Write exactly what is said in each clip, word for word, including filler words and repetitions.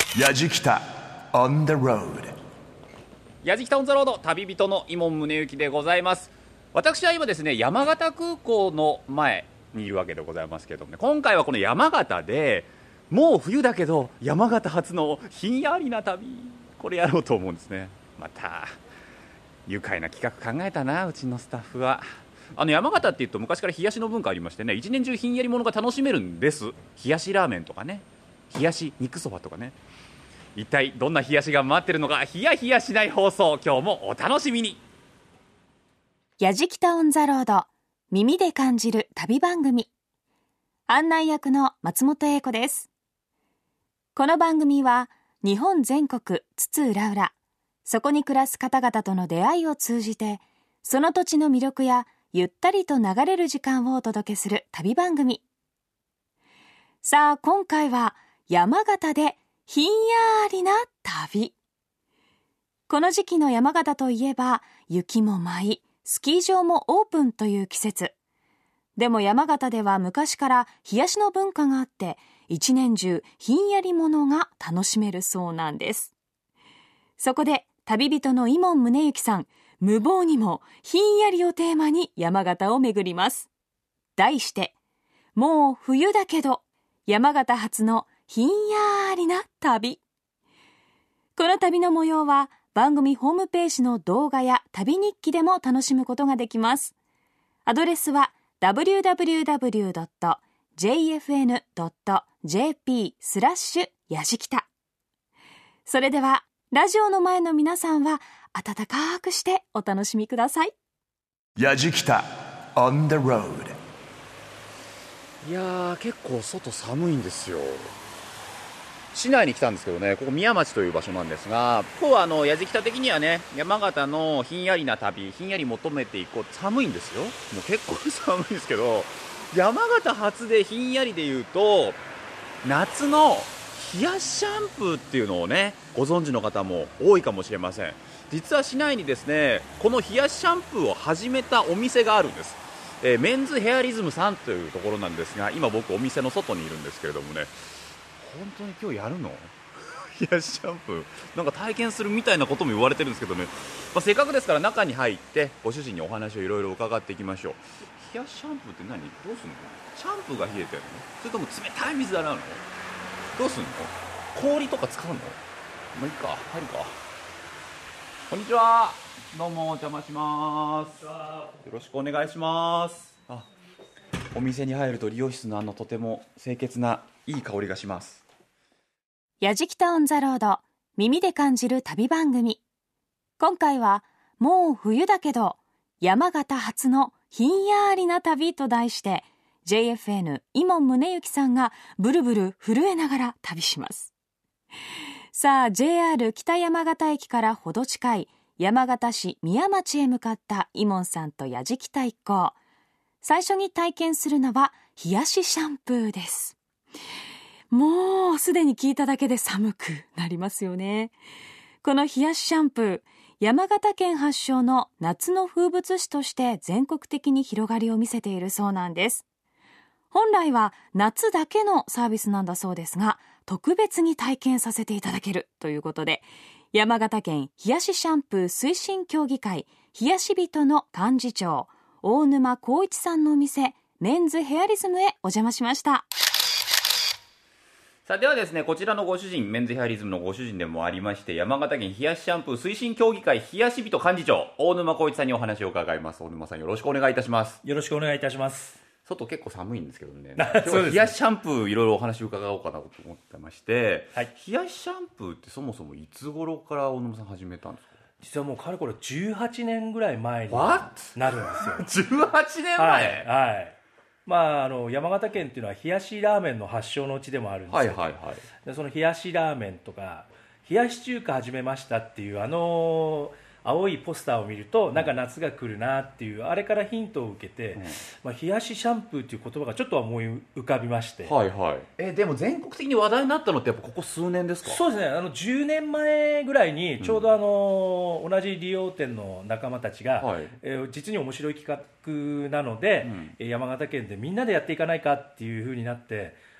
やじきた on the road。 やじきたオンザロード、旅人の伊門宗行でございます。私は今ですね、山形空港の前にいるわけでございますけどもね、今回はこの山形でもう冬だけど山形初のひんやりな旅、これやろうと思うんですね。また愉快な企画考えたな、うちのスタッフは。あの山形っていうと昔から冷やしの文化ありましてね、一年中ひんやりものが楽しめるんです。冷やしラーメンとかね、冷やし肉そばとかね。一体どんな冷やしが待ってるのか、ヒヤヒヤしない放送、今日もお楽しみに。 やじきたオンザロード、耳で感じる旅番組。案内役の松本英子です。この番組は日本全国津々浦々、そこに暮らす方々との出会いを通じて、その土地の魅力やゆったりと流れる時間をお届けする旅番組。さあ、今回は山形でひんやりな旅。この時期の山形といえば、雪も舞い、スキー場もオープンという季節。でも山形では昔から冷やしの文化があって、一年中ひんやりものが楽しめるそうなんです。そこで旅人の伊門宗行さん、無謀にもひんやりをテーマに山形を巡ります。題して、もう冬だけど山形初のひんやりな旅。この旅の模様は番組ホームページの動画や旅日記でも楽しむことができます。アドレスは ダブリューダブリューダブリュードットジェイエフエヌドットジェーピースラッシュやじきた。それではラジオの前の皆さんは暖かくしてお楽しみください。 やじきた on the road。 いやー、結構外寒いんですよ。市内に来たんですけどね、ここ宮町という場所なんですが、今日はあのやじきた的にはね、山形のひんやりな旅、ひんやり求めていこう。寒いんですよ、もう結構寒いんですけど、山形初でひんやりでいうと夏の冷やしシャンプーっていうのをね、ご存知の方も多いかもしれません。実は市内にですね、この冷やしシャンプーを始めたお店があるんです。えー、メンズヘアリズムさんというところなんですが、今僕お店の外にいるんですけれどもね、本当に今日やるの冷やしシャンプーなんか体験するみたいなことも言われてるんですけどね、まあ、せっかくですから中に入ってご主人にお話をいろいろ伺っていきましょう。冷やしシャンプーって何、どうすんの？シャンプーが冷えてるの？それとも冷たい水で洗うの？どうすんの？氷とか使うの？まあいいか、入るか。こんにちは、どうもお邪魔します。よろしくお願いします。あ、お店に入ると理容室のあのとても清潔ないい香りがします。 やじきたオンザロード、耳で感じる旅番組。今回はもう冬だけど山形初のひんやりな旅と題して、 ジェイエフエヌ 伊門宗行さんがブルブル震えながら旅します。さあ、 ジェイアール 北山形駅からほど近い山形市宮町へ向かった伊門さんとやじきた一行。最初に体験するのは冷やしシャンプーです。もうすでに聞いただけで寒くなりますよね。この冷やしシャンプー、山形県発祥の夏の風物詩として全国的に広がりを見せているそうなんです。本来は夏だけのサービスなんだそうですが、特別に体験させていただけるということで、山形県冷やしシャンプー推進協議会冷やし人の幹事長、大沼光一さんのお店、メンズヘアリズムへお邪魔しました。 さあ、ではですね、こちらのご主人、メンズヘアリズムのご主人でもありまして、山形県冷やしシャンプー推進協議会冷やし人幹事長、大沼光一さんにお話を伺います。大沼さん、よろしくお願いいたします。 よろしくお願いいたします。 外結構寒いんですけどね、今日は冷やしシャンプーいろいろお話を伺おうかなと思ってまして、はい、冷やしシャンプーってそもそもいつ頃から大沼さん始めたんですか？ 実はもうかれこれじゅうはちねんぐらい前になるんですよ。 じゅうはちねんまえ、 はい、はい。まあ、あの山形県っていうのは冷やしラーメンの発祥の地でもあるんですよ、はいはいはい、でその冷やしラーメンとか冷やし中華始めましたっていうあの青いポスターを見るとなんか夏が来るなっていう、あれからヒントを受けて、うん、まあ、冷やしシャンプーっていう言葉がちょっと思い浮かびまして、 はいはい、えでも全国的に話題になったのってやっぱここ数年ですか？ そうですね、あのじゅうねんまえぐらいにちょうどあの、うん、同じ理容店の仲間たちが、はい、えー、実に面白い企画なので、うん、山形県でみんなでやっていかないかっていう風になって、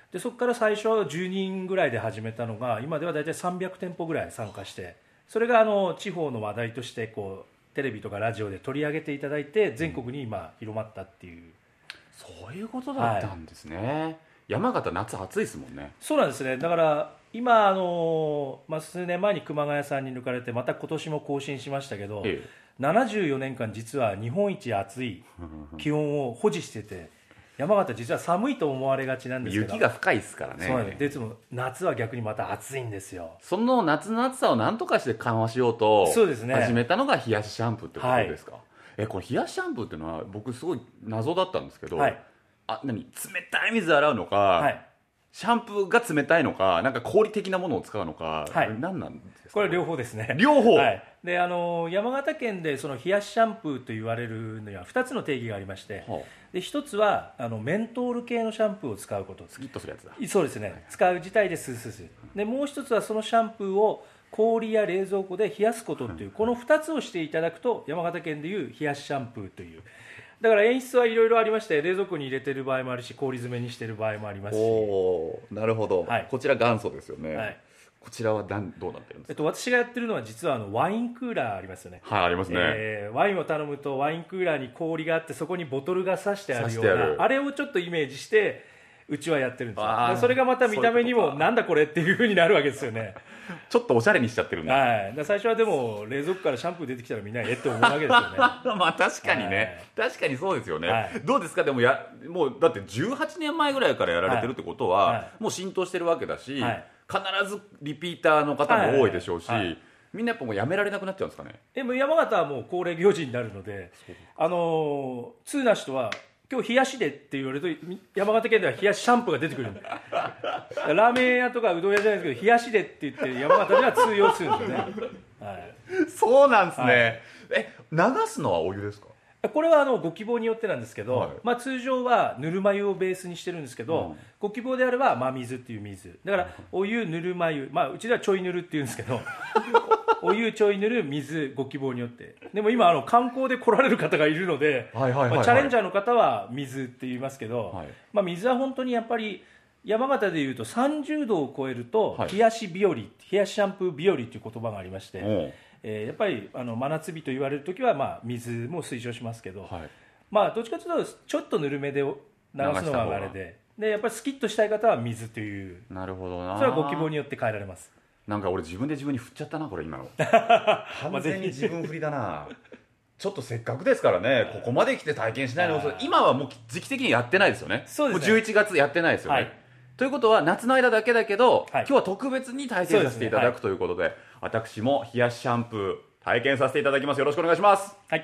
でそこから最初はじゅうにんぐらいで始めたのが今では大体さんびゃくてんぽぐらい参加して、それがあの地方の話題としてこうテレビとかラジオで取り上げていただいて全国に今広まったっていう、 そういうことだったんですね、はい、山形夏暑いですもんね。 そうなんですね。だから今あの、まあ、数年前に熊谷さんに抜かれてまた今年も更新しましたけど、ええ、ななじゅうよねんかん実は日本一暑い気温を保持してて山形実は寒いと思われがちなんですけど雪が深いですからね。 そうなんです。でいつも夏は逆にまた暑いんですよ。 その夏の暑さを何とかして緩和しようとそうですね、 始めたのが冷やしシャンプーってことですか、 はい、 えこの冷やしシャンプーっていうのは僕すごい謎だったんですけど、 はい、 あ何冷たい水洗うのか、はい、シャンプーが冷たいのか、なんか氷的なものを使うのか、はい、何なんですか？ これは両方ですね。 両方、 はい、であの山形県でその冷やしシャンプーと言われるのにはふたつの定義がありまして、はあ、でひとつはあのメントール系のシャンプーを使うこと、 スキッとするやつだ。 そうですね、はい、使う自体でスースーする。でもうひとつはそのシャンプーを氷や冷蔵庫で冷やすことっていう、このふたつをしていただくと山形県でいう冷やしシャンプーという、だから演出はいろいろありまして、冷蔵庫に入れてる場合もあるし氷詰めにしてる場合もありますし。 おー、なるほど、はい、こちら元祖ですよね、はい、こちらはどうなってるんですか？ えっと、私がやってるのは実はあのワインクーラーありますよね。 はい、ありますね、 えー、ワインを頼むとワインクーラーに氷があってそこにボトルが刺してあるような、あれをちょっとイメージしてうちはやってるんですよ。それがまた見た目にもなんだこれっていう風になるわけですよね。 ちょっとおしゃれにしちゃってるんだ、 はい、だ最初はでも冷蔵庫からシャンプー出てきたらみんなえって思うわけですよね。 まあ確かにね、はい、確かにそうですよね、はい、どうですか？でもやもうだってじゅうはちねんまえぐらいからやられてるってことは、はいはい、もう浸透してるわけだし、はい、必ずリピーターの方も多いでしょうし、はいはいはい、みんなやっぱもうやめられなくなっちゃうんですかね？ でも山形はもう恒例行事になるので、あの通な人は今日冷やしでって言われると山形県では冷やしシャンプーが出てくるんだ。ラーメン屋とかうどん屋じゃないですけど冷やしでって言って山形では通用するんですよね、はい、 そうなんですね、はい、 え流すのはお湯ですか？ これはあのご希望によってなんですけど、はい、まあ、通常はぬるま湯をベースにしてるんですけど、うん、ご希望であれば真水っていう水だからお湯ぬるま湯、まあ、うちではちょいぬるっていうんですけどお湯ちょいぬる水ご希望によって。でも今あの観光で来られる方がいるので、チャレンジャーの方は水って言いますけど、はい、まあ、水は本当にやっぱり山形でいうとさんじゅうどを超えると冷やし日和、はい、冷やしシャンプー日和という言葉がありまして、えー、やっぱりあの真夏日と言われるときはまあ水も推奨しますけど、はい、まあどっちかというとちょっとぬるめで流すのがあれで、でやっぱりスキッとしたい方は水という。 なるほどな。 それはご希望によって変えられます。 なんか俺自分で自分に振っちゃったなこれ今の完全に自分振りだな。ちょっとせっかくですからね、ここまで来て体験しないの。今はもう時期的にやってないですよね。 そうですね、 もうじゅういちがつやってないですよね、はい、ということは夏の間だけだけど、はい、今日は特別に体験させていただく、ね、ということで、はい、私も冷やしシャンプー体験させていただきます。よろしくお願いします。 はい。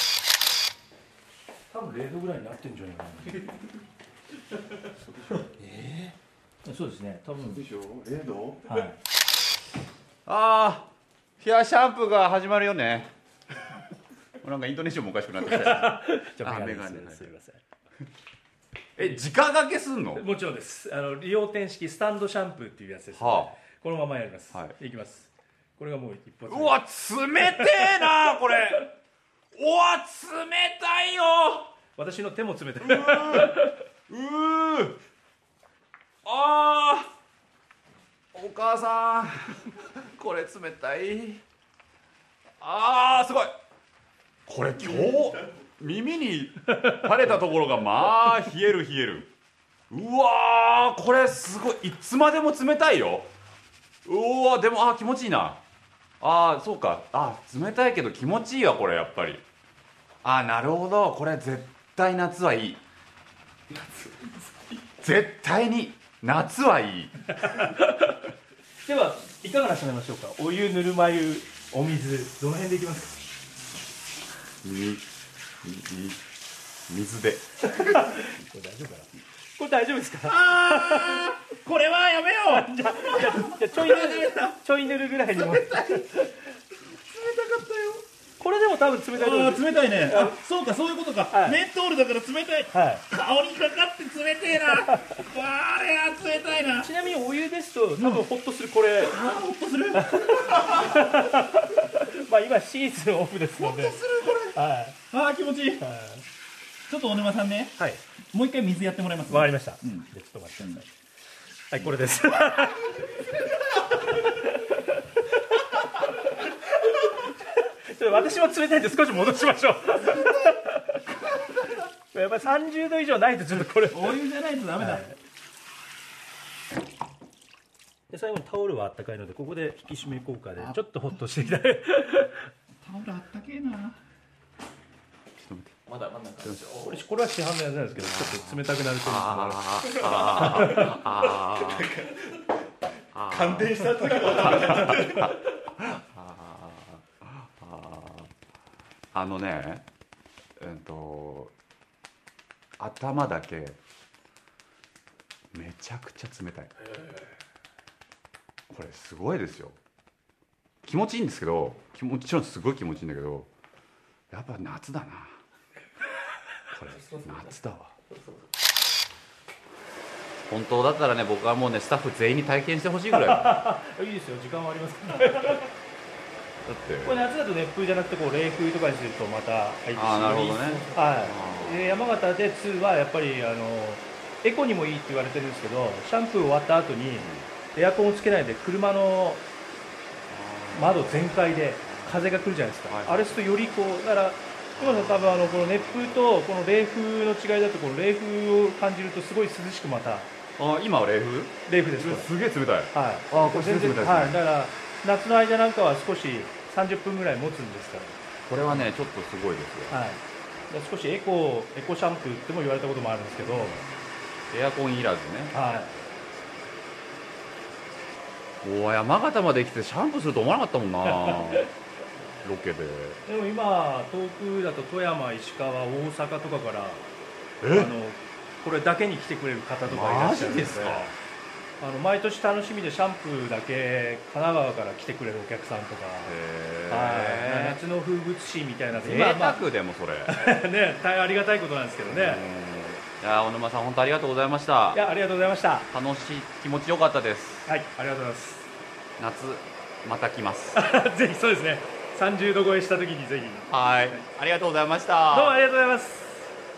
多分れいどぐらいになってんじゃないかな。えー、そうですね、多分でしょ。れいど、はい、 あー、冷やしシャンプーが始まるよね。なんかイントネーションもおかしくなってきた。 じゃあメガネです。すいません。 え、直掛けすんの？ もちろんです。あの利用点式スタンドシャンプーっていうやつです、ね、はあ、このままやります、はい、いきます。これがもう一発目。 うわ、冷てえなこれ。うわ、冷たいよ。 私の手も冷たい。 うーうーあー、お母さんこれ冷たい。あー、すごい。これ今日耳に垂れたところがまあ冷える冷える。うわー、これすごい。いつまでも冷たいよ。うわ、でもあー気持ちいいな。あーそうか、あ冷たいけど気持ちいいわこれやっぱり。あーなるほど、これ絶対夏はいい。絶対に夏はいい。 ではいかがなさいましょうか。お湯、ぬるま湯、お水、どの辺でいきますか。 みみ水で。 これ大丈夫かな。これ大丈夫ですか。 あーこれはやめよう。 じゃあじゃあじゃあちょいぬるちょいぬるぐらいにも。冷たかったよ。これでも多分冷たいと思う。 冷たいね。あ、そうか、そういうことか、はい、メントールだから冷たい、はい、顔にかかって冷てえな。あれは冷たいな。 ちなみにお湯ですと多分ホッとするこれ、うん、あホッとする。 まあ今シーズンオフですのでホッとするこれ、はい、あ気持ちいい、はい、ちょっと大沼さんね、はい、もう一回水やってもらいます、ね、 わかりました、うん、じゃあちょっと待ってください。 はい、これです私も冷たいんで少し戻しましょうやっぱりさんじゅうど以上ないとちょっとこれお湯じゃないとダメだ、はい、 で最後にタオルはあったかいのでここで引き締め効果でちょっとホッとしてきたタオルあったけえな。 まだまだこれこれは市販のやつなんですけどちょっと冷たくなると感電した時あのね、うんと頭だけめちゃくちゃ冷たい。これすごいですよ。気持ちいいんですけど、もちろんすごい気持ちいいんだけど、やっぱ夏だな。これ夏だわ。本当だったらね、僕はもうねスタッフ全員に体験してほしいぐらいいいですよ、時間はありますからだってこれ夏だと熱風じゃなくてこう冷風とかにするとまたいいですし、 あ、なるほどね、 はい、山形でツーはやっぱりあのエコにもいいって言われてるんですけど、シャンプー終わった後にエアコンをつけないで車の窓全開で風が来るじゃないですか、はい、あれするとよりこうだから今の多分あのこの熱風とこの冷風の違いだとこの冷風を感じるとすごい涼しくまた。 あ、今は冷風？ 冷風です。 すげえ冷たい。 はい。 あ、これ全然冷たいですね。 はい。だから夏の間なんかは少しさんじゅっぷんぐらい持つんですから。 これはねちょっとすごいですよ。 はい。少しエコエコシャンプーっても言われたこともあるんですけど、 エアコンいらずね。 はい。 おー、山形まで来てシャンプーすると思わなかったもんなロケで。 でも今遠くだと富山、石川、大阪とかからあのこれだけに来てくれる方とかいらっしゃるんで、 マジですか。 あの毎年楽しみでシャンプーだけ神奈川から来てくれるお客さんとか、はい、夏の風物詩みたいな贅沢でもそれね、大変ありがたいことなんですけどね。 いや、小沼さん本当ありがとうございました。 いや、ありがとうございました。 楽しい、気持ちよかったです。 はい、ありがとうございます。 夏また来ますぜひ、そうですね、さんじゅうど超えした時にぜひ。 はい、ありがとうございました。 どうもありがとうございます。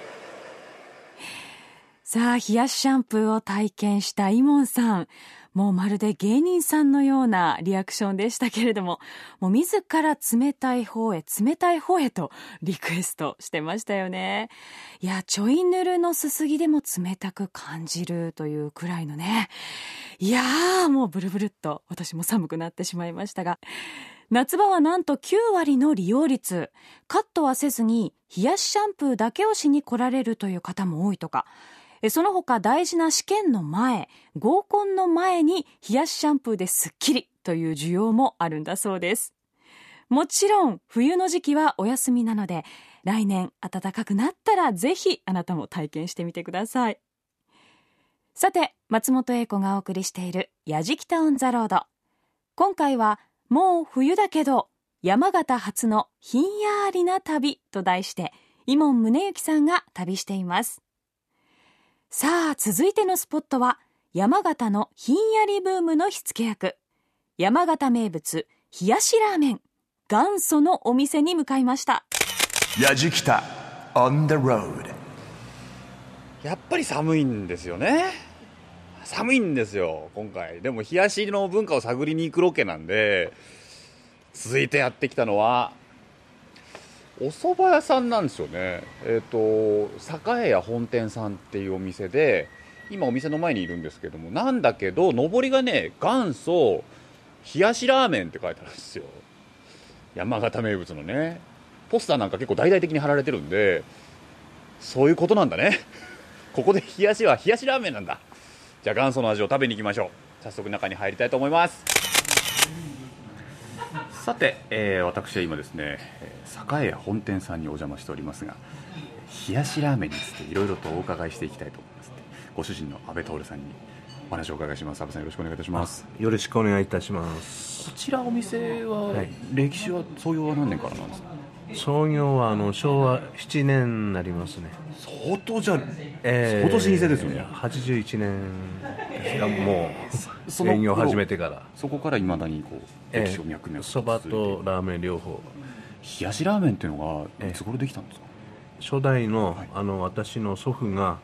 さあ、冷やしシャンプーを体験したイモンさん、もうまるで芸人さんのようなリアクションでしたけれども、もう自ら冷たい方へ冷たい方へとリクエストしてましたよね。いや、ちょいぬるのすすぎでも冷たく感じるというくらいのね。いやー、もうブルブルっと私も寒くなってしまいましたが、夏場はなんときゅうわりの利用率。カットはせずに冷やしシャンプーだけをしに来られるという方も多いとか、その他大事な試験の前、合コンの前に冷やしシャンプーですっきりという需要もあるんだそうです。もちろん冬の時期はお休みなので、来年暖かくなったらぜひあなたも体験してみてください。さて、松本英子がお送りしているやじきたオンザロード。今回はもう冬だけど山形発のひんやりな旅と題して伊門宗行さんが旅しています。さあ、続いてのスポットは山形のひんやりブームの火付け役、山形名物冷やしラーメン元祖のお店に向かいました。 やじきた on the road。 やっぱり寒いんですよね。寒いんですよ今回。でも冷やしの文化を探りに行くロケなんで、続いてやってきたのはお蕎麦屋さんなんですよね。えっと栄屋本店さんっていうお店で、今お店の前にいるんですけども、なんだけど上りがね、元祖冷やしラーメンって書いてあるんですよ。山形名物のね、ポスターなんか結構大々的に貼られてるんで、そういうことなんだねここで冷やしは冷やしラーメンなんだ。じゃあ元祖の味を食べに行きましょう。早速中に入りたいと思います。さて、えー、私は今ですね、栄屋本店さんにお邪魔しておりますが、冷やしラーメンについていろいろとお伺いしていきたいと思います。ご主人の阿部徹さんにお話をお伺いします。阿部さん、よろしくお願いいたします。 よろしくお願いいたします。 こちらお店は、はい、歴史は創業は何年からなんですか？ 創業はあのしょうわななねんになりますね。 相当じゃ、 えー、 相当老舗ですよね。 はちじゅういちねんですが、もう営業を始めてから。 そこからいまだにこう歴史を脈々 そばとラーメン両方。 冷やしラーメンっていうのがいつ頃できたんですか？ 初代の、はい、あの私の祖父が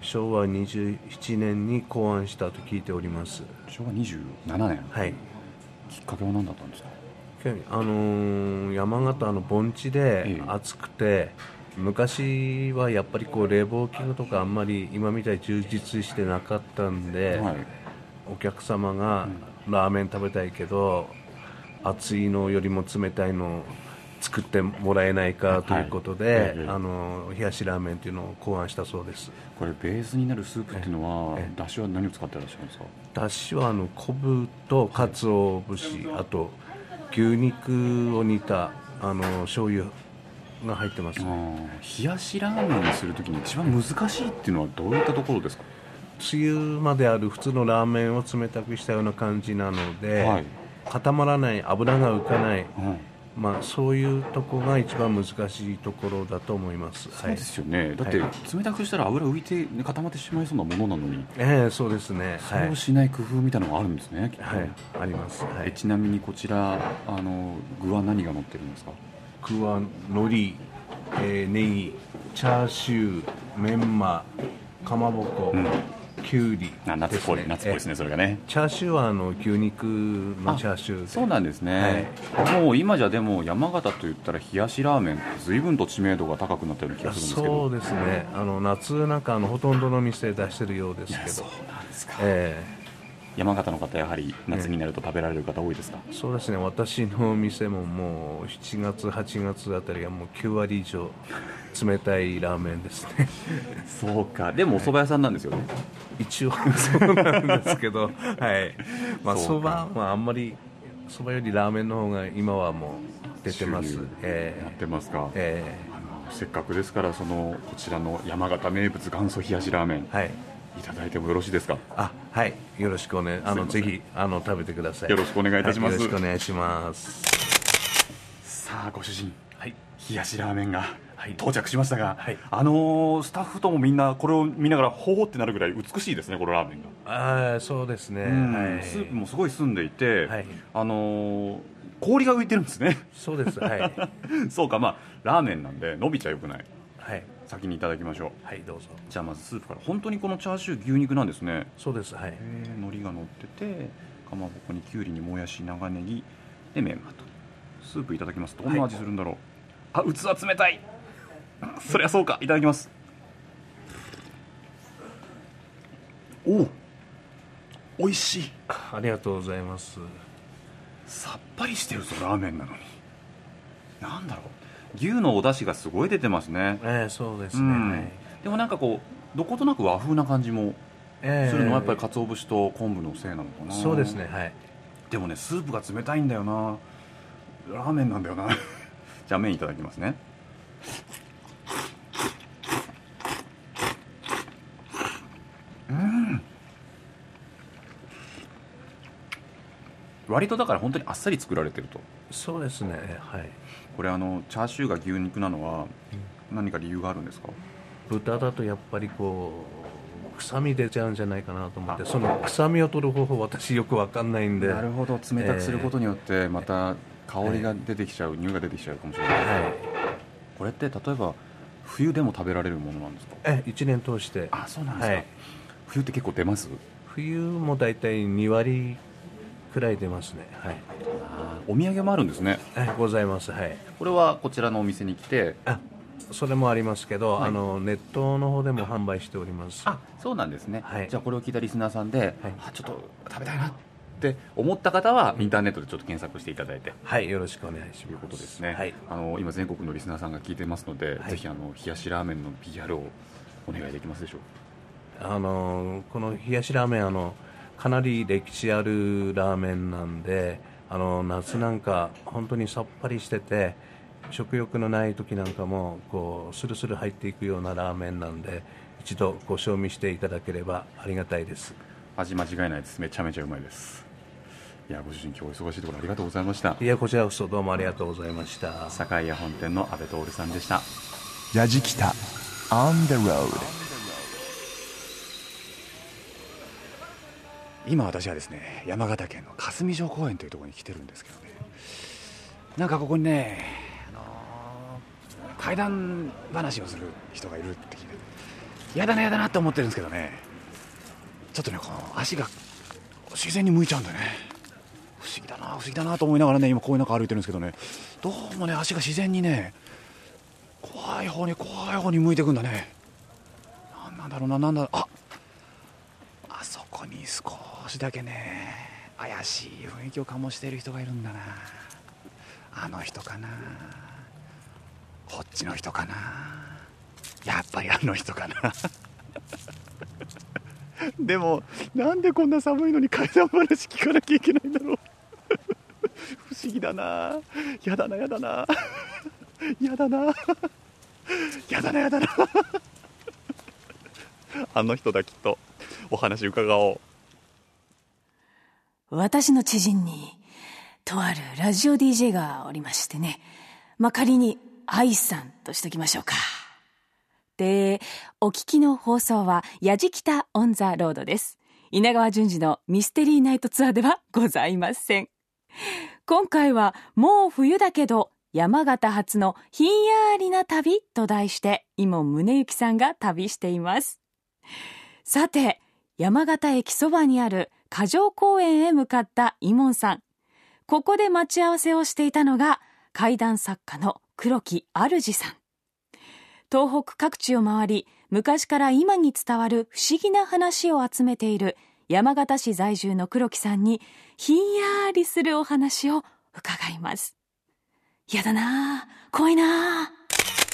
しょうわにじゅうななねんに考案したと聞いております。 しょうわにじゅうななねん、 はい。 きっかけは何だったんですか？ あのー、山形の盆地で暑くて、ええ、昔はやっぱりこう冷房器具とかあんまり今みたいに充実してなかったんで、はい、お客様がラーメン食べたいけど、うん、熱いのよりも冷たいのを作ってもらえないかということで、はい、ええ、あの冷やしラーメンというのを考案したそうです。 これベースになるスープっていうのは、ええ、だしは何を使ってらっしゃるんですか？ だしはあの昆布と鰹節、はい、あと牛肉を煮たあの醤油が入ってます。 冷やしラーメンにするときに一番難しいっていうのはどういったところですか？ つゆまである普通のラーメンを冷たくしたような感じなので、はい、固まらない、油が浮かない、うん、まあ、そういうところが一番難しいところだと思います。 そうですよね、はい、だって冷たくしたら油浮いて固まってしまいそうなものなのに、 ええ、そうですね。 それをしない工夫みたいなのがあるんですね、 はい、あります、はい。 ちなみにこちらあの具は何が乗ってるんですか？ 具は海苔、えー、ネギ、チャーシュー、メンマ、かまぼこ、うん、きゅうり、 あ、夏っぽい、夏っぽいですね、それがね。 チャーシューはあの牛肉のチャーシューで。 そうなんですね、はい、もう今じゃでも山形といったら冷やしラーメンって随分と知名度が高くなったような気がするんですけど。 そうですね、あの夏なんかあのほとんどの店で出してるようですけど。 そうなんですか、 えー、山形の方やはり夏になると食べられる方多いですか？ えー、そうですね、私の店ももうしちがつはちがつあたりはもうきゅうわり以上冷たいラーメンですね。 そうか、でもお蕎麦屋さんなんですよね、はい、 一応そうなんですけど、はい、まあ蕎麦はあんまり蕎麦よりラーメンの方が今はもう出てます。 えー、やってますか、 えー、あのせっかくですからそのこちらの山形名物元祖冷やしラーメン、はい、いただいてもよろしいですか？ あ、はい、よろしくお願い、あのぜひあの食べてください。 よろしくお願いいたします、 はい、よろしくお願いします。 さあご主人、 はい、 冷やしラーメンが到着しましたが、はい、あのー、スタッフともみんなこれを見ながらほほってなるぐらい美しいですね、このラーメンが。あ、そうですね、 はい、スープもすごい澄んでいて、はい、あのー、氷が浮いてるんですね。 そうです、はい。 そうか、まあラーメンなんで伸びちゃよくない、 はい、 先にいただきましょう。 はい、どうぞ。 じゃあまずスープから。本当にこのチャーシュー牛肉なんですね。 そうです、はい。 海苔が乗ってて、かまぼこにきゅうりにもやし、長ネギでメンマと。スープいただきます。どんな味するんだろう、はい、あ、器冷たい。そりゃそうか、いただきます。おお、美味しい。 ありがとうございます。 さっぱりしてるぞ、ラーメンなのに。なんだろう、牛のお出汁がすごい出てますね。 えー、そうですね、はい、 でもなんかこうどことなく和風な感じもするのはやっぱり鰹節と昆布のせいなのかな。 そうですね、はい。 でもね、スープが冷たいんだよな。ラーメンなんだよな。じゃあ麺いただきますね。うん、割とだから本当にあっさり作られてると。 そうですね、はい。 これあのチャーシューが牛肉なのは何か理由があるんですか？ 豚だとやっぱりこう臭み出ちゃうんじゃないかなと思って、その臭みを取る方法私よく分かんないんで。 なるほど、冷たくすることによってまた香りが出てきちゃう、はい、匂いが出てきちゃうかもしれない、はい、これって例えば冬でも食べられるものなんですか？ え、いちねん通して。 あ、そうなんですか、はい、冬って結構出ます？ 冬もだいたいにわりくらい出ますね、はい。 あ、お土産もあるんですね。 はい、ございます、はい。 これはこちらのお店に来て。 あ、それもありますけど、はい、あのネットの方でも販売しております。 あ、そうなんですね、はい。じゃあこれを聞いたリスナーさんで、はい、あ、ちょっと食べたいなって思った方はインターネットでちょっと検索していただいて、 はい、よろしくお願いします。 ということですね、 はい、あの今全国のリスナーさんが聞いてますので、はい、ぜひあの冷やしラーメンの ピーアール をお願いできますでしょうか？ あのこの冷やしラーメン、あのかなり歴史あるラーメンなんで、あの夏なんか本当にさっぱりしてて食欲のない時なんかもこうスルスル入っていくようなラーメンなんで、一度ご賞味していただければありがたいです。 味間違いないです。めちゃめちゃうまいです。いや、ご主人今日お忙しいところありがとうございました。 いや、こちらこそどうもありがとうございました。 堺屋本店の阿部徹さんでした。 やじきた On the road。 今私はですね、山形県の霞城公園というところに来てるんですけどね、なんかここにね、あのー、怪談話をする人がいるって聞いて、 やだなやだなって思ってるんですけどね、ちょっとねこの足が自然に向いちゃうんだよね。不思議だな不思議だなと思いながらね今こういう中歩いてるんですけどね、どうもね足が自然にね怖い方に怖い方に向いてくんだね。なんなんだろうな、なんだああそこに少しだけね怪しい雰囲気を醸している人がいるんだな。あの人かな、こっちの人かな、やっぱりあの人かなでもなんでこんな寒いのに怪談話聞かなきゃいけないんだろう不思議だな、やだなやだなやだなやだなやだなあの人だ、きっとお話伺おう。 私の知人にとあるラジオ ディージェー がおりましてね、まあ、仮に愛さんとしときましょうか。で、お聞きの放送はやじきたオンザロードです。稲川淳二のミステリーナイトツアーではございません。今回はもう冬だけど山形発のひんやりな旅と題して伊門宗行さんが旅しています。さて、山形駅そばにある花城公園へ向かった伊門さん、ここで待ち合わせをしていたのが怪談作家の黒木主さん。東北各地を回り、昔から今に伝わる不思議な話を集めている山形市在住の黒木さんにひんやりするお話を伺います。やだなぁ、怖いなぁ。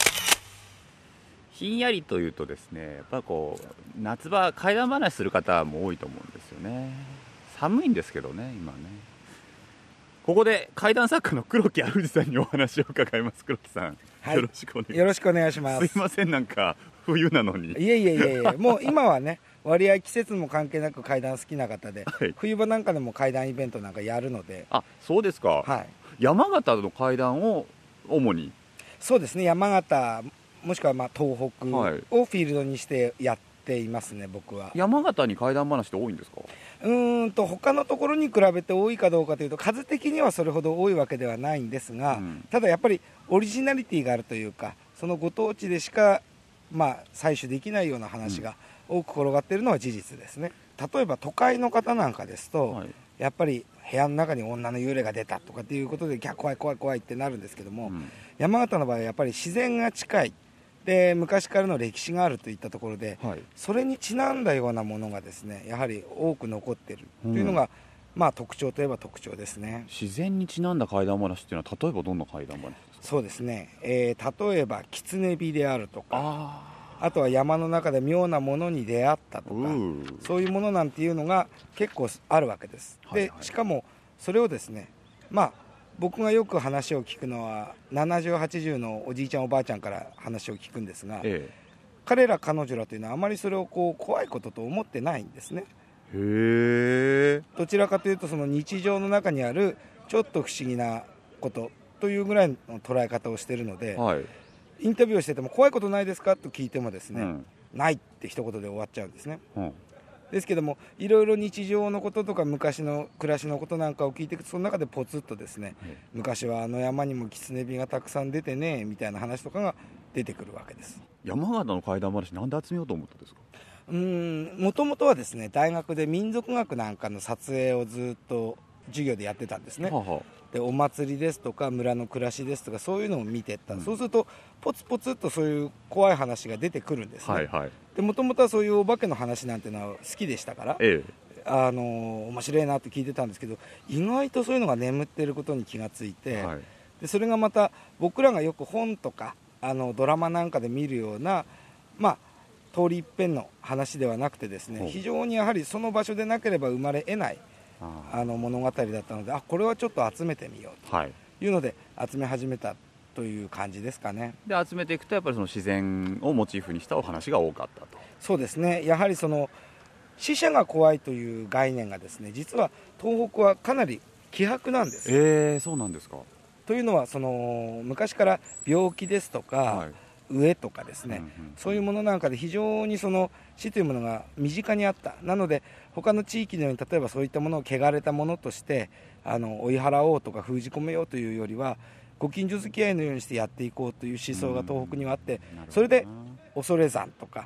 ひんやりというとですね、やっぱこう夏場怪談話する方も多いと思うんですよね。寒いんですけどね今ね。ここで怪談作家の黒木主さんにお話を伺います。黒木さん、はい、よろしくお願いします。 よろしくお願いします。 すいません、なんか冬なのに。 いえいえいえいえ、もう今はね割合季節も関係なく怪談好きな方で、はい、冬場なんかでも怪談イベントなんかやるので。 あ、そうですか。はい、山形の怪談を主に。そうですね、山形もしくはまあ東北をフィールドにしてやっていますね、僕は。山形に怪談話って多いんですか？うーんと他のところに比べて多いかどうかというと数的にはそれほど多いわけではないんですが、うん、ただやっぱりオリジナリティがあるというか、そのご当地でしか、まあ、採取できないような話が多く転がっているのは事実ですね。例えば都会の方なんかですと、はい、やっぱり部屋の中に女の幽霊が出たとかっていうことで怖い怖い怖いってなるんですけども、うん、山形の場合はやっぱり自然が近いで昔からの歴史があるといったところで、はい、それにちなんだようなものがですねやはり多く残っているというのが、うん、まあ、特徴といえば特徴ですね。自然にちなんだ怪談話っていうのは例えばどんな怪談話ですか？そうですね、えー、例えば狐火であるとか、 あ, あとは山の中で妙なものに出会ったとか、そういうものなんていうのが結構あるわけです。で、はいはい、しかもそれをですね、まあ僕がよく話を聞くのはななじゅうはちじゅうのおじいちゃんおばあちゃんから話を聞くんですが、ええ、彼ら彼女らというのはあまりそれをこう怖いことと思ってないんですね。へー。どちらかというとその日常の中にあるちょっと不思議なことというぐらいの捉え方をしているので、はい、インタビューをしてても怖いことないですかと聞いてもですね、うん、ないって一言で終わっちゃうんですね、うん、ですけどもいろいろ日常のこととか昔の暮らしのことなんかを聞いていくとその中でポツッとですね、はい、昔はあの山にも狐火がたくさん出てねみたいな話とかが出てくるわけです。山形の怪談話なんで集めようと思ったんですか？うーん、もともとはですね大学で民族学なんかの撮影をずっと授業でやってたんですね。ははでお祭りですとか村の暮らしですとかそういうのを見てった、うん、そうするとポツポツっとそういう怖い話が出てくるんですね。はいはい、でもともとはそういうお化けの話なんていうのは好きでしたから、ええ、あの面白いなって聞いてたんですけど意外とそういうのが眠っていることに気がついて、はい、でそれがまた僕らがよく本とかあのドラマなんかで見るようなまあ通り一遍の話ではなくてですね非常にやはりその場所でなければ生まれ得ないあの物語だったのであこれはちょっと集めてみようというので集め始めたという感じですかね。で集めていくとやっぱりその自然をモチーフにしたお話が多かったと。そうですね、やはりその死者が怖いという概念がですね実は東北はかなり希薄なんです。えー、そうなんですか。というのはその昔から病気ですとか、はい飢えとかですね、うんうん、そういうものなんかで非常にその死というものが身近にあった。なので他の地域のように例えばそういったものを汚れたものとしてあの追い払おうとか封じ込めようというよりはご近所付き合いのようにしてやっていこうという思想が東北にはあって、うん、それで恐山とか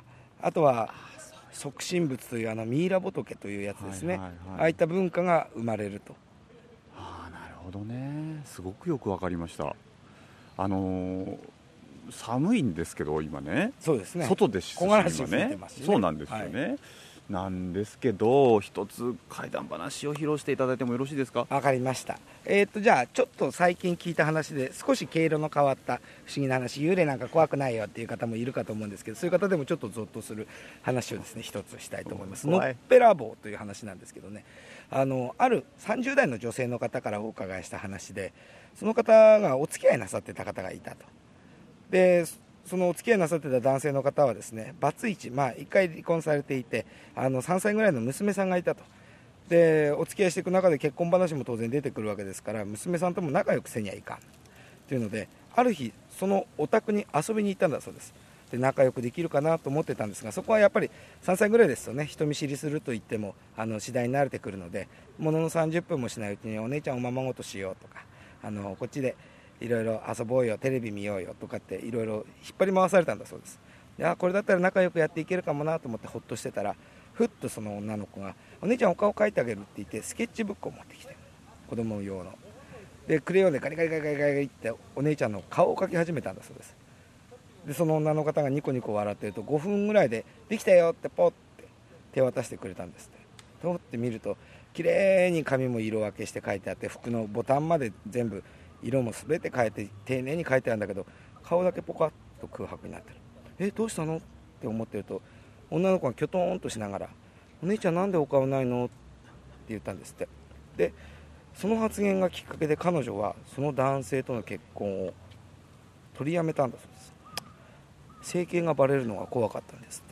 あとは即身仏というあのミイラ仏というやつですね、はいはいはい、ああいった文化が生まれると。 ああ、なるほどね。すごくよくわかりました。あのー、寒いんですけど今ね。 そうですね、 外ですし木枯らし吹いてますしね。 そうなんですよね、はい、なんですけど一つ怪談話を披露していただいてもよろしいですか。 わかりました。えー、っとじゃあちょっと最近聞いた話で少し毛色の変わった不思議な話、幽霊なんか怖くないよっていう方もいるかと思うんですけど、そういう方でもちょっとゾッとする話をですね一つしたいと思います。のっぺらぼうという話なんですけどね、あのあるさんじゅう代の女性の方からお伺いした話で、その方がお付き合いなさってた方がいたと。でそのお付き合いなさってた男性の方はですね、バツイチ、まあ、いっかい離婚されていて、あのさんさいぐらいの娘さんがいたと。でお付き合いしていく中で結婚話も当然出てくるわけですから、娘さんとも仲良くせにはいかんというので、ある日そのお宅に遊びに行ったんだそうです。で仲良くできるかなと思ってたんですが、そこはやっぱりさんさいぐらいですとね、人見知りすると言ってもあの次第に慣れてくるので、もののさんじゅっぷんもしないうちにお姉ちゃんおままごとしようとか、あのこっちでいろいろ遊ぼうよ、テレビ見ようよとかっていろいろ引っ張り回されたんだそうです。であこれだったら仲良くやっていけるかもなと思ってほっとしてたら、ふっとその女の子がお姉ちゃんお顔描いてあげるって言ってスケッチブックを持ってきて、子供用のでクレヨンでガリガリガリガリガリってお姉ちゃんの顔を描き始めたんだそうです。でその女の方がニコニコ笑ってるとごふんぐらいでできたよってポッて手渡してくれたんですって。とって見ると綺麗に紙も色分けして書いてあって、服のボタンまで全部色も全て変えて丁寧に書いてあるんだけど、顔だけポカッと空白になってる。えどうしたのって思ってると、女の子がキョトーンとしながらお姉ちゃんなんでお顔ないのって言ったんですって。でその発言がきっかけで彼女はその男性との結婚を取りやめたんだそうです。整形がバレるのが怖かったんですって。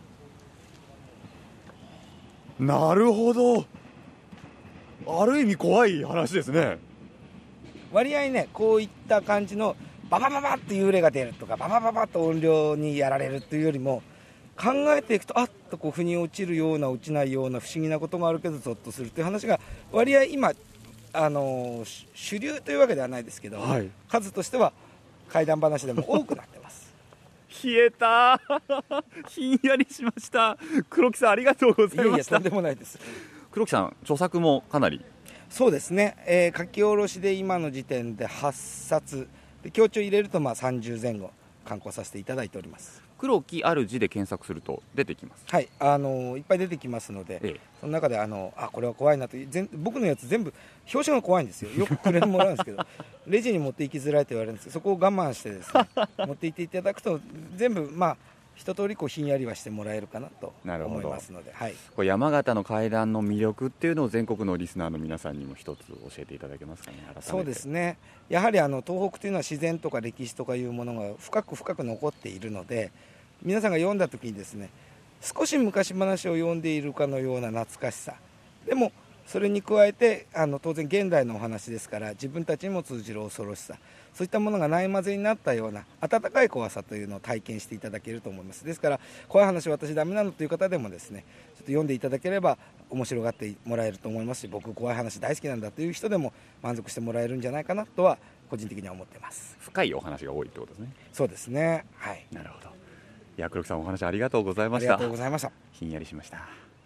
なるほど、ある意味怖い話ですね。 割合ねこういった感じのババババッと幽霊が出るとかババババッと音量にやられるっていうよりも、考えていくとあっとこう腑に落ちるような落ちないような不思議なことがあるけどゾッとするっていう話が割合今あのー、主流というわけではないですけど、はい、数としては怪談話でも多くなってます冷えたひんやりしました。黒木さんありがとうございました。いやいやとんでもないです。 黒木さん著作もかなり。 そうですね、えー、書き下ろしで今の時点ではっさつで、強調入れるとまあさんじゅうぜん後刊行させていただいております。 黒木ある字で検索すると出てきます。 はい、あのー、いっぱい出てきますので、ええ、その中であのあこれは怖いなと、全僕のやつ全部表紙が怖いんですよ。よくくれてもらうんですけどレジに持って行きづらいと言われるんですけど、そこを我慢してですね持って行っていただくと全部まあ一通りこうひんやりはしてもらえるかなと思いますので、はい、 これ山形の怪談の魅力っていうのを全国のリスナーの皆さんにも一つ教えていただけますかね。改めて。 そうですね、やはりあの東北というのは自然とか歴史とかいうものが深く深く残っているので、皆さんが読んだ時にですね、少し昔話を読んでいるかのような懐かしさでも、それに加えてあの当然現代のお話ですから自分たちにも通じる恐ろしさ、そういったものがない混ぜになったような温かい怖さというのを体験していただけると思います。ですから怖い話私ダメなのという方でもですね、ちょっと読んでいただければ面白がってもらえると思いますし、僕怖い話大好きなんだという人でも満足してもらえるんじゃないかなとは個人的には思っています。 深いお話が多いってことですね。 そうですね、はい。 なるほど。いや黒木さんお話ありがとうございました。 ありがとうございました。 ひんやりしました。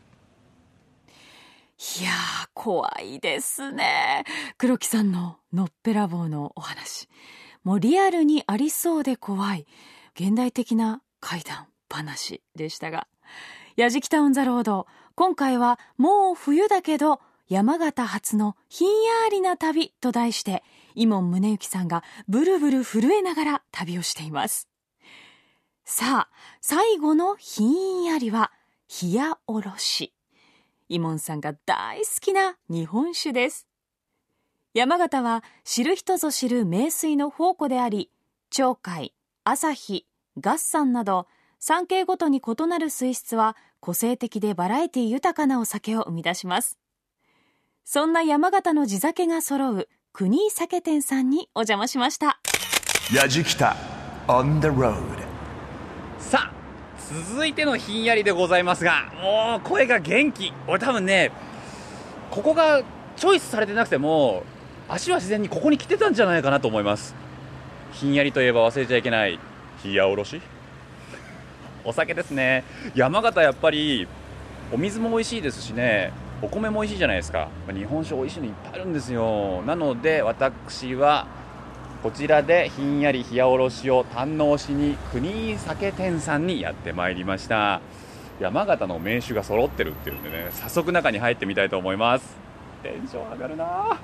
いやー怖いですね。黒木さんののっぺらぼうのお話、もうリアルにありそうで怖い現代的な怪談話でしたが、やじきたオンザロード、今回はもう冬だけど山形発のひんやりな旅と題して、伊門宗行さんがブルブル震えながら旅をしています。さあ最後のひんやりは冷やおろし。伊門さんが大好きな日本酒です。山形は知る人ぞ知る名水の宝庫であり、鳥海、朝日、月山など産経ごとに異なる水質は個性的でバラエティ豊かなお酒を生み出します。そんな山形の地酒が揃う国井酒店さんにお邪魔しました。 やじきた on the road。 さあ続いてのひんやりでございますが、もう声が元気。俺多分ね、ここがチョイスされてなくても足は自然にここに来てたんじゃないかなと思います。ひんやりといえば忘れちゃいけない冷やおろし。 お酒ですね。山形やっぱりお水も美味しいですしね、お米も美味しいじゃないですか。日本酒美味しいのいっぱいあるんですよ。なので私はこちらでひんやり冷やおろしを堪能しに国井酒店さんにやってまいりました。山形の名酒が揃ってるっていうんでね、早速中に入ってみたいと思います。テンション上がるな。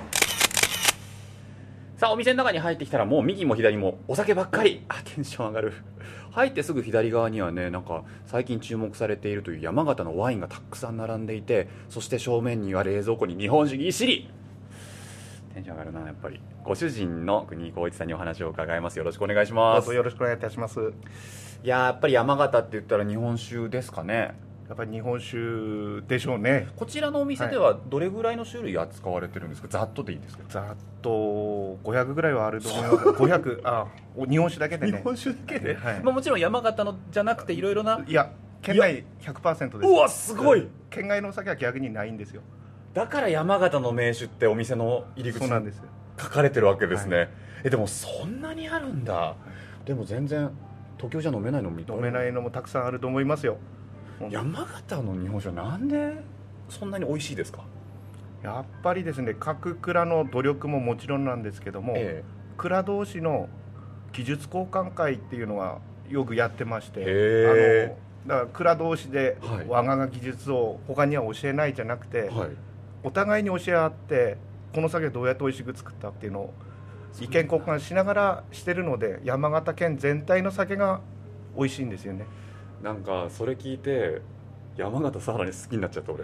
さあお店の中に入ってきたらもう右も左もお酒ばっかり。あ、テンション上がる。入ってすぐ左側にはね、なんか最近注目されているという山形のワインがたくさん並んでいて、そして正面には冷蔵庫に日本酒ぎっしり。テンション上がるな。やっぱりご主人の国井浩一さんにお話を伺います。よろしくお願いします。 どうぞよろしくお願いいたします。 いややっぱり山形って言ったら日本酒ですかね。 やっぱり日本酒でしょうね。 こちらのお店ではどれぐらいの種類扱われてるんですか。ざっとでいいですか。 ざっとごひゃくぐらいはあると思いますごひゃく、あ、日本酒だけでね。 日本酒だけで、 はい、 まあ、もちろん山形のじゃなくていろいろな。 いや、県内 ひゃくパーセント です。 うわすごい。 県外のお酒は逆にないんですよ。 だから山形の名酒ってお店の入り口に書かれてるわけですね。はい、えでもそんなにあるんだ。はい、でも全然東京じゃ飲めないのも飲めないのもたくさんあると思いますよ。 山形の日本酒はなんでそんなに美味しいですか。 やっぱりですね、各蔵の努力ももちろんなんですけども、ええ、蔵同士の技術交換会っていうのはよくやってまして、あのだから蔵同士で我がが技術を他には教えないじゃなくて、はい、お互いに教え合ってこの酒どうやって美味しく作ったっていうのを意見交換しながらしてるので、山形県全体の酒が美味しいんですよね。 なんかそれ聞いて山形さらに好きになっちゃった俺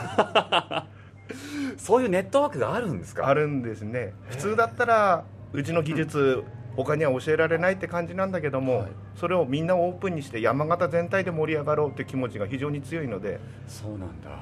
そういうネットワークがあるんですか。 あるんですね。普通だったらうちの技術他には教えられないって感じなんだけども、はい、それをみんなオープンにして山形全体で盛り上がろうって気持ちが非常に強いので。 そうなんだ、はい、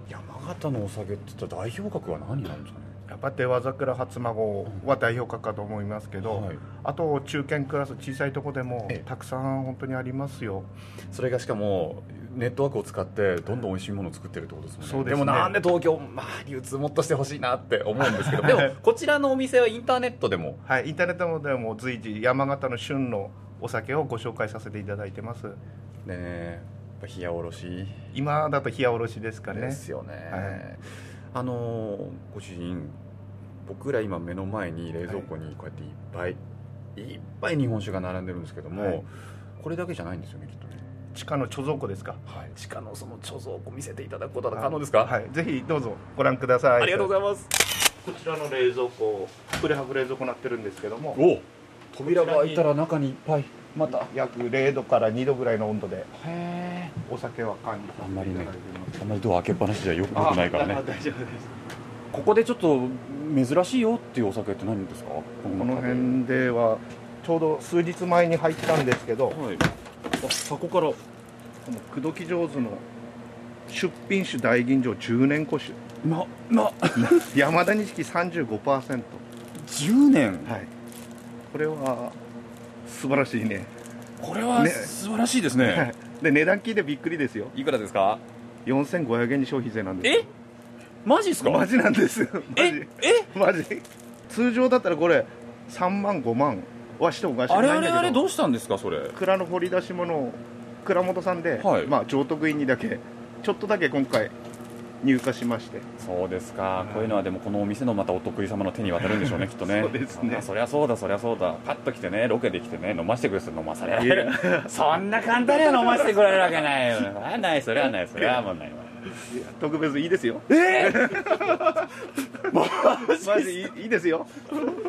山形のお酒って言ったら代表格は何なんですかね。 やっぱ出羽桜初孫は代表格かと思いますけど、はい、あと中堅クラス小さいところでもたくさん本当にありますよ。 それがしかもネットワークを使ってどんどん美味しいものを作ってるってことですもんね。 そうですね。 でもなんで東京、まあ、流通もっとしてほしいなって思うんですけどでもこちらのお店はインターネットでもはい、インターネットでも随時山形の旬のお酒をご紹介させていただいてます。 ね、やっぱ冷やおろし今だと冷やおろしですかね。 ですよね、 はい、 あのご主人、僕ら今目の前に冷蔵庫にこうやっていっぱい、はい、いっぱい日本酒が並んでるんですけども、はい、これだけじゃないんですよね、きっとね。 地下の貯蔵庫ですか。 はい、地下のその貯蔵庫見せていただくことは可能ですか。 はい、ぜひどうぞご覧ください。 ありがとうございます。 こちらの冷蔵庫プレハブ冷蔵庫になってるんですけども、 お扉が開いたら中にいっぱいまた約れいどからにどぐらいの温度でお酒は管理させていただいています。 あんまりね、あんまりドア開けっぱなしじゃよくないからね。 大丈夫です。 ここでちょっと珍しいよっていうお酒って何ですか。この辺ではちょうど数日前に入ったんですけど、はい、 あ箱からこの口説き上手の出品酒大吟醸じゅうねん古酒なな山田錦 さんじゅうごパーセントじゅうねん、 はい、これは素晴らしいね。 これは素晴らしいですね。 はい、で値段聞いてびっくりですよ。 いくらですか。 よんせんごひゃくえんに消費税なんです。 えマジですか。 マジなんですよ。マジえマジ通常だったらこれさんまんごまんはしておかしくないんだけど、 あれあれあれどうしたんですかそれ。 蔵の掘り出し物を蔵元さんで、はい、まあ譲渡員にだけちょっとだけ今回入荷しまして。 そうですか、はい、こういうのはでもこのお店のまたお得意様の手に渡るんでしょうねきっとね。 そうですね。 そりゃそうだそりゃそうだ。パッと来てねロケで来てね飲ませてくれって飲まされるそんな簡単には飲ませてくれるわけないよ。それはないそれはないそれはもうないわ。 特別いいですよ。 えー、 マジいい、いいですよ。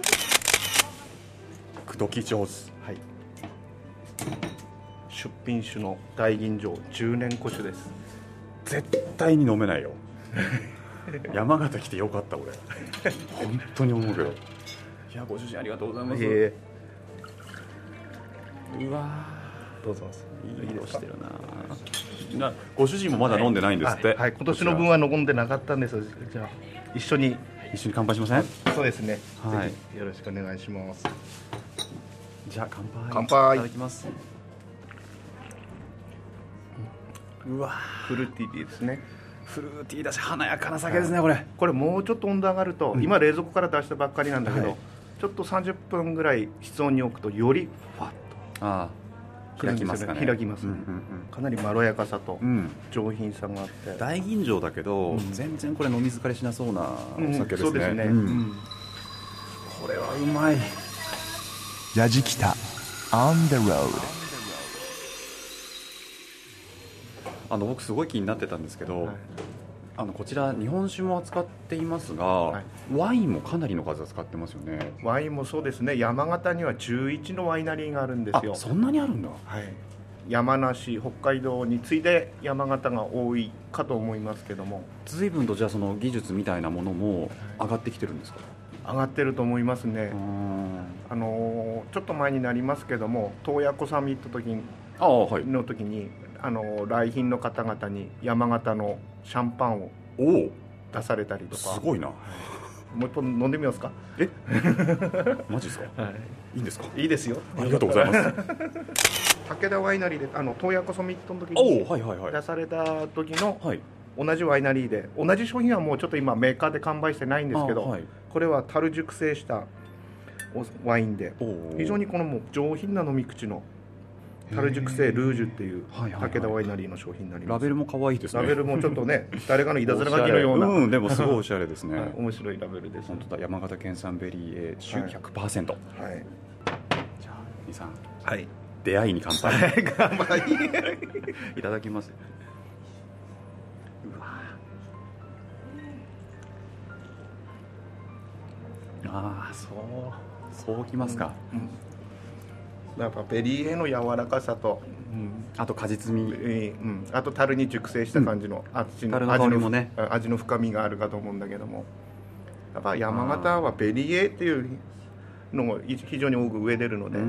口説き上手。 はい。出品酒の大吟醸じゅうねん古酒です。 絶対に飲めないよ山形来てよかった俺本当に思うけど。いやご主人ありがとうございます。 えー、うわどうぞ。 いい色してるな。なご主人もまだ飲んでないんですって。 はい、はい、今年の分は飲んでなかったんです。じゃあ一緒に一緒に乾杯しません。 そうですね、 はい、 ぜひよろしくお願いします。 じゃあ乾杯。 乾杯いただきます。うわフルーティーですね。 フルーティーだし華やかな酒ですね、はい、これこれもうちょっと温度上がると、うん、今冷蔵庫から出したばっかりなんだけど、はい、ちょっとさんじゅっぷんぐらい室温に置くとよりファッと。 ああ開きますかね。 開きますね、うんうんうん、かなりまろやかさと上品さがあって、うん、 大吟醸だけど、うん、全然これ飲み疲れしなそうなお酒ですね、うん、そうですね、うん、これはうまい。 やじきた On the road。 あの僕すごい気になってたんですけど、はい、あのこちら日本酒も扱っていますが、はい、ワインもかなりの数扱ってますよね。 ワインもそうですね。山形にはじゅういちのワイナリーがあるんですよ。 あ、そんなにあるんだ。 はい、山梨、北海道に次いで山形が多いかと思いますけども、 随分とじゃあその技術みたいなものも上がってきてるんですか？ 上がってると思いますね。あのちょっと前になりますけども、洞爺湖サミット時にあ、はい、の時にあの来賓の方々に山形のシャンパンを出されたりとか。 すごいな。 もう一本飲んでみますか？ えマジですか？はい、いいんですか？ いいですよ。 ありがとうございます武田ワイナリーであの洞爺湖サミットの時に出された時の、はい、同じワイナリーで同じ商品はもうちょっと今メーカーで完売してないんですけど、はい、これは樽熟成したワインで非常にこのもう上品な飲み口の樽熟成ルージュっていう武田ワイナリーの商品になります。 ラベルも可愛いですね。 ラベルもちょっとね誰かのいたずら書きのようなうん、でもすごいおしゃれですね、 はい、面白いラベルです、ね、 本当だ。山形県産ベリー A 酒 ひゃくパーセント、はいはい、じゃあ兄さん、はい、出会いに乾杯乾杯いただきます。うわああ、そうそうきますか、うんうん、やっぱベリー A の柔らかさと、 うん、あと果実味、うん、 あと樽に熟成した感じの、うん、味の樽の香りもね、 味の深みがあるかと思うんだけども、やっぱ山形はベリー A っていうのも非常に多く植えてるので、うん、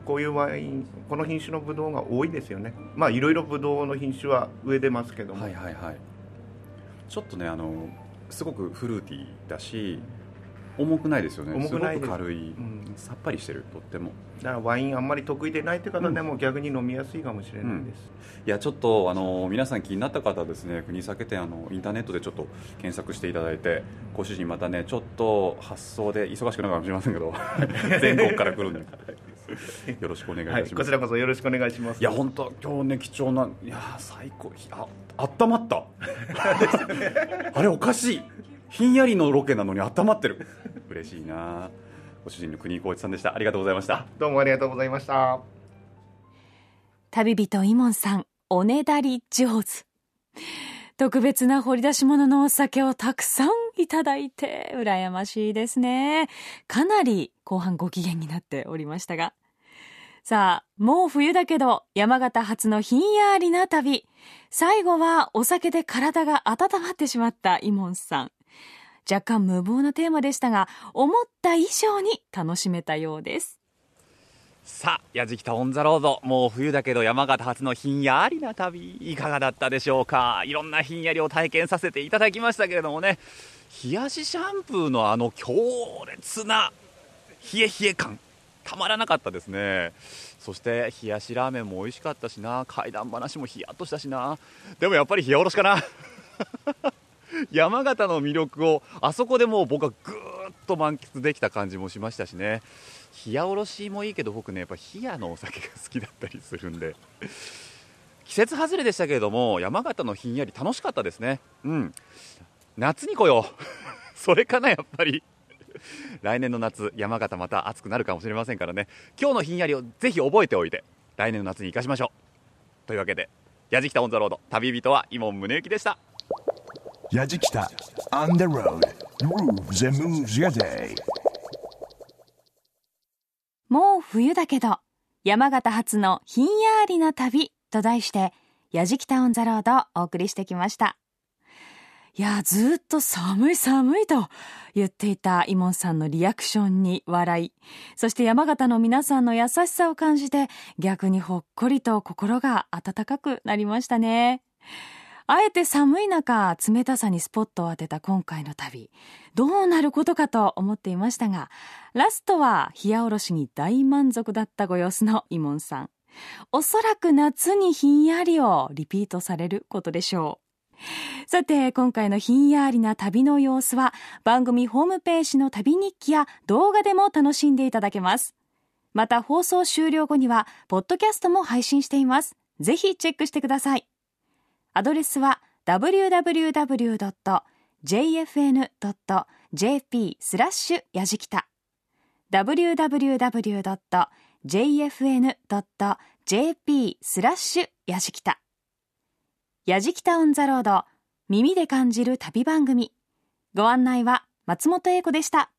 こういうワイン、この品種のブドウが多いですよね。まあいろいろブドウの品種は植えてますけども、 はいはいはい、ちょっとねあのすごくフルーティーだし重くないですよね。重くないです。すごく軽い、うん、さっぱりしてる。とってもだからワインあんまり得意でないという方でも逆に飲みやすいかもしれないです、うんうん、いやちょっとあの皆さん気になった方はですね、国酒店あのインターネットでちょっと検索していただいて、ご主人またねちょっと発送で忙しくなるかもしれませんけど全国から来るんでよろしくお願いいたします、はい、 こちらこそよろしくお願いします。 いや本当今日ね貴重な、いや最高、ああったまったあれおかしい、ひんやりのロケなのに温まってる嬉しいな。ご主人の国井浩一さんでした。ありがとうございました。 どうもありがとうございました。 旅人イモンさん、おねだり上手。特別な掘り出し物のお酒をたくさんいただいて羨ましいですね。かなり後半ご機嫌になっておりましたが、さあもう冬だけど山形発のひんやりな旅、最後はお酒で体が温まってしまったイモンさん。若干無謀なテーマでしたが、思った以上に楽しめたようです。 さあやじきたオンザロード、もう冬だけど山形初のひんやりな旅、いかがだったでしょうか。いろんなひんやりを体験させていただきましたけれどもね、冷やしシャンプーのあの強烈な冷え冷え感たまらなかったですね。そして冷やしラーメンも美味しかったしな、怪談話もヒヤッとしたしな。でもやっぱり冷やおろしかな山形の魅力をあそこでもう僕はぐーっと満喫できた感じもしましたしね。冷やおろしもいいけど僕ねやっぱ冷やのお酒が好きだったりするんで季節外れでしたけれども山形のひんやり楽しかったですね。うん、夏に来ようそれかなやっぱり来年の夏山形また暑くなるかもしれませんからね、今日のひんやりをぜひ覚えておいて来年の夏に生かしましょう。というわけでやじきたオンザロード、旅人は伊門宗行でした。 やじきた On the road Grooves and moves your day。 もう冬だけど山形発のひんやりな旅と題してやじきたオンザロードお送りしてきました。いやずっと寒い寒いと言っていたイモンさんのリアクションに笑い、そして山形の皆さんの優しさを感じて逆にほっこりと心が温かくなりましたね。あえて寒い中冷たさにスポットを当てた今回の旅、どうなることかと思っていましたが、ラストは冷やおろしに大満足だったご様子のイモンさん。おそらく夏にひんやりをリピートされることでしょう。さて今回のひんやりな旅の様子は番組ホームページの旅日記や動画でも楽しんでいただけます。 また放送終了後にはポッドキャストも配信しています。ぜひチェックしてください。アドレスは ダブリューダブリューダブリュードットジェイエフエヌドットジェーピースラッシュやじきた ダブリューダブリューダブリュードットジェイエフエヌドットジェーピースラッシュやじきたやじきたオンザロード、耳で感じる旅番組。ご案内は松本英子でした。